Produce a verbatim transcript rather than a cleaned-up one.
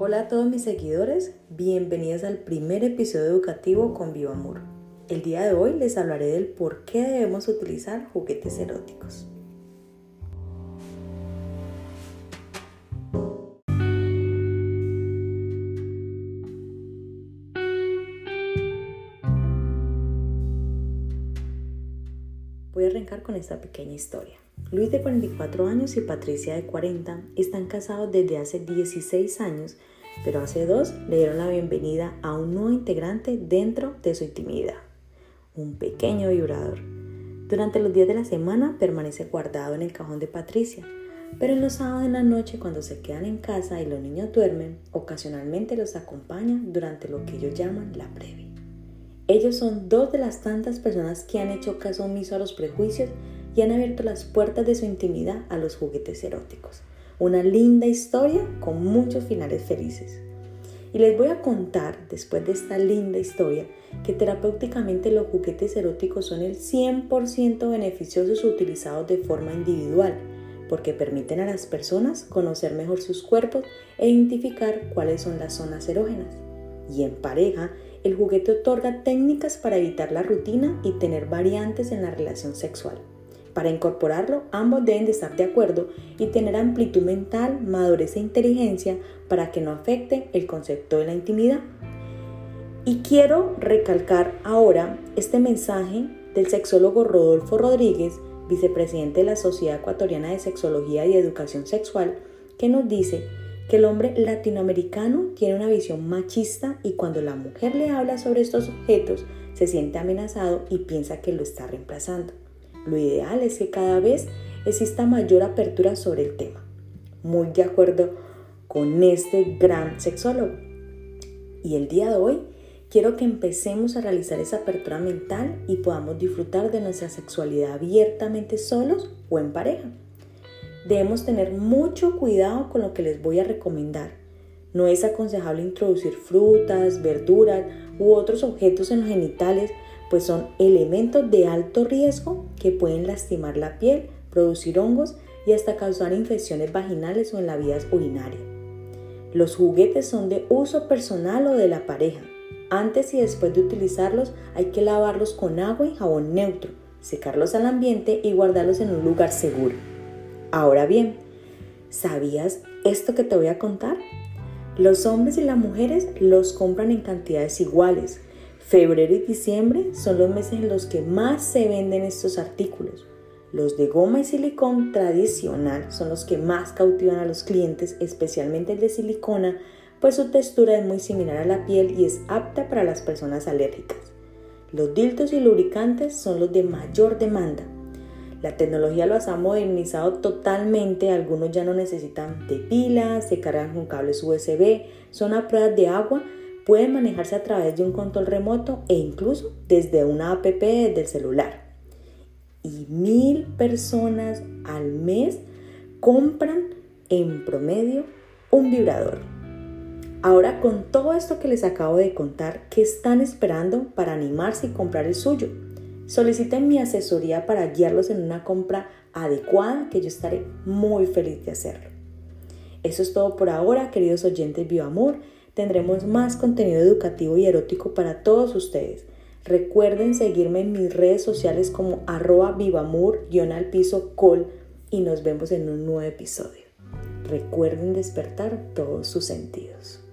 Hola a todos mis seguidores, bienvenidos al primer episodio educativo con Viva Amor. El día de hoy les hablaré del por qué debemos utilizar juguetes eróticos. Voy a arrancar con esta pequeña historia. Luis, de cuarenta y cuatro años, y Patricia, de cuarenta, están casados desde hace dieciséis años, pero hace dos le dieron la bienvenida a un nuevo integrante dentro de su intimidad, un pequeño vibrador. Durante los días de la semana permanece guardado en el cajón de Patricia, pero en los sábados en la noche, cuando se quedan en casa y los niños duermen, ocasionalmente los acompaña durante lo que ellos llaman la previa. Ellos son dos de las tantas personas que han hecho caso omiso a los prejuicios y han abierto las puertas de su intimidad a los juguetes eróticos. Una linda historia con muchos finales felices. Y les voy a contar, después de esta linda historia, que terapéuticamente los juguetes eróticos son el cien por ciento beneficiosos utilizados de forma individual, porque permiten a las personas conocer mejor sus cuerpos e identificar cuáles son las zonas erógenas. Y en pareja, el juguete otorga técnicas para evitar la rutina y tener variantes en la relación sexual. Para incorporarlo, ambos deben de estar de acuerdo y tener amplitud mental, madurez e inteligencia para que no afecte el concepto de la intimidad. Y quiero recalcar ahora este mensaje del sexólogo Rodolfo Rodríguez, vicepresidente de la Sociedad Ecuatoriana de Sexología y Educación Sexual, que nos dice que el hombre latinoamericano tiene una visión machista y cuando la mujer le habla sobre estos objetos se siente amenazado y piensa que lo está reemplazando. Lo ideal es que cada vez exista mayor apertura sobre el tema. Muy de acuerdo con este gran sexólogo. Y el día de hoy quiero que empecemos a realizar esa apertura mental y podamos disfrutar de nuestra sexualidad abiertamente solos o en pareja. Debemos tener mucho cuidado con lo que les voy a recomendar. No es aconsejable introducir frutas, verduras u otros objetos en los genitales, pues son elementos de alto riesgo que pueden lastimar la piel, producir hongos y hasta causar infecciones vaginales o en las vías urinarias. Los juguetes son de uso personal o de la pareja. Antes y después de utilizarlos hay que lavarlos con agua y jabón neutro, secarlos al ambiente y guardarlos en un lugar seguro. Ahora bien, ¿sabías esto que te voy a contar? Los hombres y las mujeres los compran en cantidades iguales. Febrero y diciembre son los meses en los que más se venden estos artículos. Los de goma y silicón tradicional son los que más cautivan a los clientes, especialmente el de silicona, pues su textura es muy similar a la piel y es apta para las personas alérgicas. Los dildos y lubricantes son los de mayor demanda. La tecnología los ha modernizado totalmente, algunos ya no necesitan de pilas, se cargan con cables U S B, son a prueba de agua, pueden manejarse a través de un control remoto e incluso desde una app desde el celular. Y mil personas al mes compran en promedio un vibrador. Ahora, con todo esto que les acabo de contar, ¿qué están esperando para animarse y comprar el suyo? Soliciten mi asesoría para guiarlos en una compra adecuada, que yo estaré muy feliz de hacerlo. Eso es todo por ahora, queridos oyentes Viva Amor. Tendremos más contenido educativo y erótico para todos ustedes. Recuerden seguirme en mis redes sociales como arroba vivamur guión al piso col y nos vemos en un nuevo episodio. Recuerden despertar todos sus sentidos.